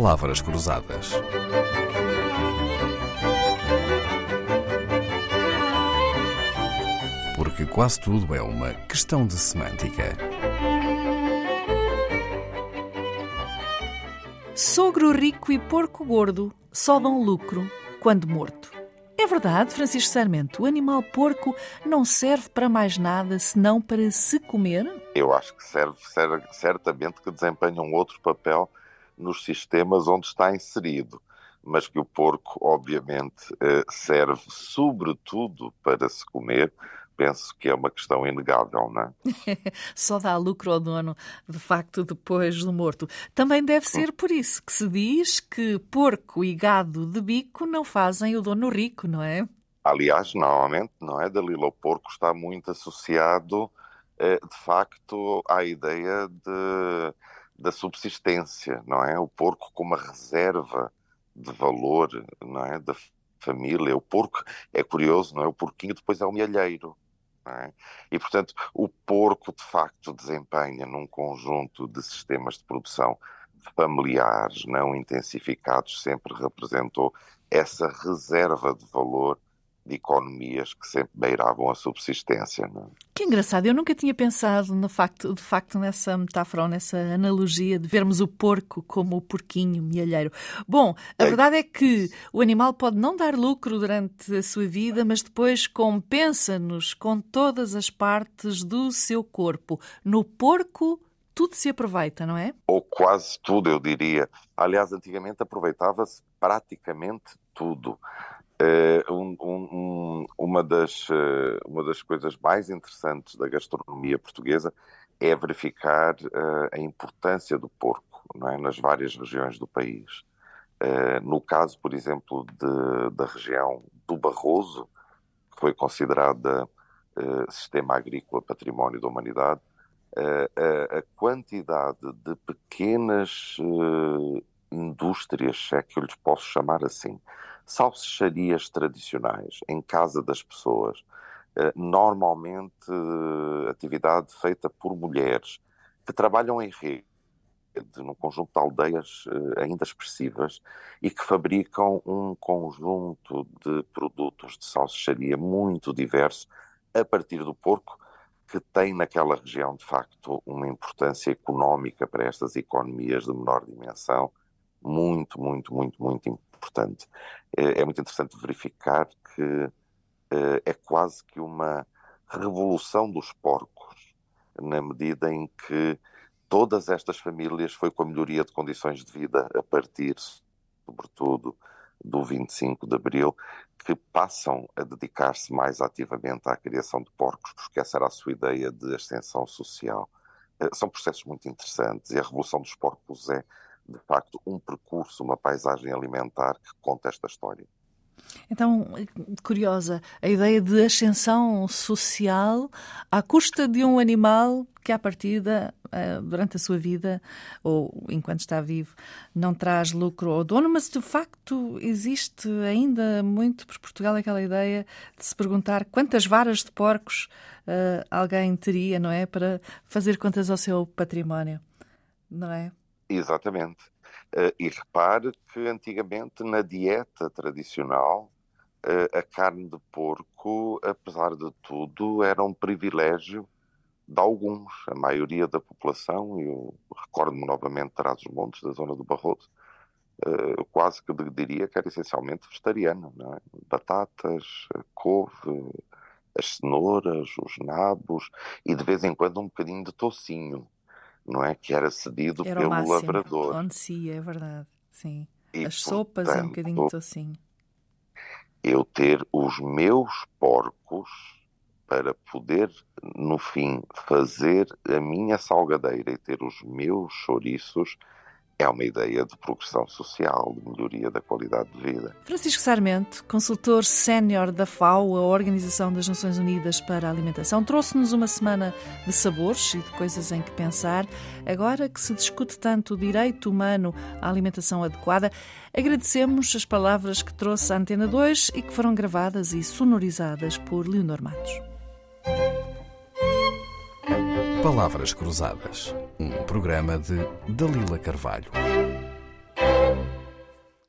Palavras cruzadas. Porque quase tudo é uma questão de semântica. Sogro rico e porco gordo só dão lucro quando morto. É verdade, Francisco Sarmento, o animal porco não serve para mais nada senão para se comer? Eu acho que serve certamente que desempenha um outro papel nos sistemas onde está inserido, mas que o porco, obviamente, serve sobretudo para se comer. Penso que é uma questão inegável, não é? Só dá lucro ao dono, de facto, depois do morto. Também deve ser por isso que se diz que porco e gado de bico não fazem o dono rico, não é? Aliás, normalmente, não é, Dalila? O porco está muito associado, de facto, à ideia da subsistência, não é? O porco como uma reserva de valor, não é? Da família. O porco é curioso, não é? O porquinho depois é o milheiro. É? E, portanto, o porco, de facto, desempenha num conjunto de sistemas de produção familiares não intensificados, sempre representou essa reserva de valor de economias que sempre beiravam a subsistência. Não é? Que engraçado, eu nunca tinha pensado de facto nessa metáfora ou nessa analogia de vermos o porco como o porquinho milheiro. Bom, a verdade é que o animal pode não dar lucro durante a sua vida, mas depois compensa-nos com todas as partes do seu corpo. No porco tudo se aproveita, não é? Ou quase tudo, eu diria. Aliás, antigamente aproveitava-se praticamente tudo. Uma das coisas mais interessantes da gastronomia portuguesa é verificar a importância do porco, não é? Nas várias regiões do país. No caso, por exemplo, da região do Barroso, que foi considerada sistema agrícola património da humanidade, a quantidade de pequenas indústrias, se é que eu lhes posso chamar assim, salsicharias tradicionais em casa das pessoas, normalmente atividade feita por mulheres que trabalham em rede, num conjunto de aldeias ainda expressivas e que fabricam um conjunto de produtos de salsicharia muito diverso a partir do porco, que tem naquela região, de facto, uma importância económica para estas economias de menor dimensão, muito, muito, muito, muito importante. É muito interessante verificar que é quase que uma revolução dos porcos, na medida em que todas estas famílias foi com a melhoria de condições de vida a partir, sobretudo, do 25 de Abril, que passam a dedicar-se mais ativamente à criação de porcos, porque essa era a sua ideia de ascensão social. São processos muito interessantes e a revolução dos porcos é, de facto, um percurso, uma paisagem alimentar que conta esta história. Então, curiosa, a ideia de ascensão social à custa de um animal que, à partida, durante a sua vida, ou enquanto está vivo, não traz lucro ao dono, mas, de facto, existe ainda muito por Portugal aquela ideia de se perguntar quantas varas de porcos alguém teria, não é, para fazer contas ao seu património, não é? Exatamente. E repare que antigamente na dieta tradicional a carne de porco, apesar de tudo, era um privilégio de alguns. A maioria da população, eu recordo-me novamente de Trás-os-Montes, da zona do Barroso, quase que diria que era essencialmente vegetariano, não é? Batatas, couve, as cenouras, os nabos e de vez em quando um bocadinho de toucinho, não é? Que era cedido Era pelo o máximo, lavrador. onde se é verdade, sim. E, As sopas e um bocadinho de tocinho. Eu ter os meus porcos para poder, no fim, fazer a minha salgadeira e ter os meus chouriços é uma ideia de progressão social, de melhoria da qualidade de vida. Francisco Sarmento, consultor sénior da FAO, a Organização das Nações Unidas para a Alimentação, trouxe-nos uma semana de sabores e de coisas em que pensar. Agora que se discute tanto o direito humano à alimentação adequada, agradecemos as palavras que trouxe à Antena 2 e que foram gravadas e sonorizadas por Leonor Matos. Palavras cruzadas. Um programa de Dalila Carvalho.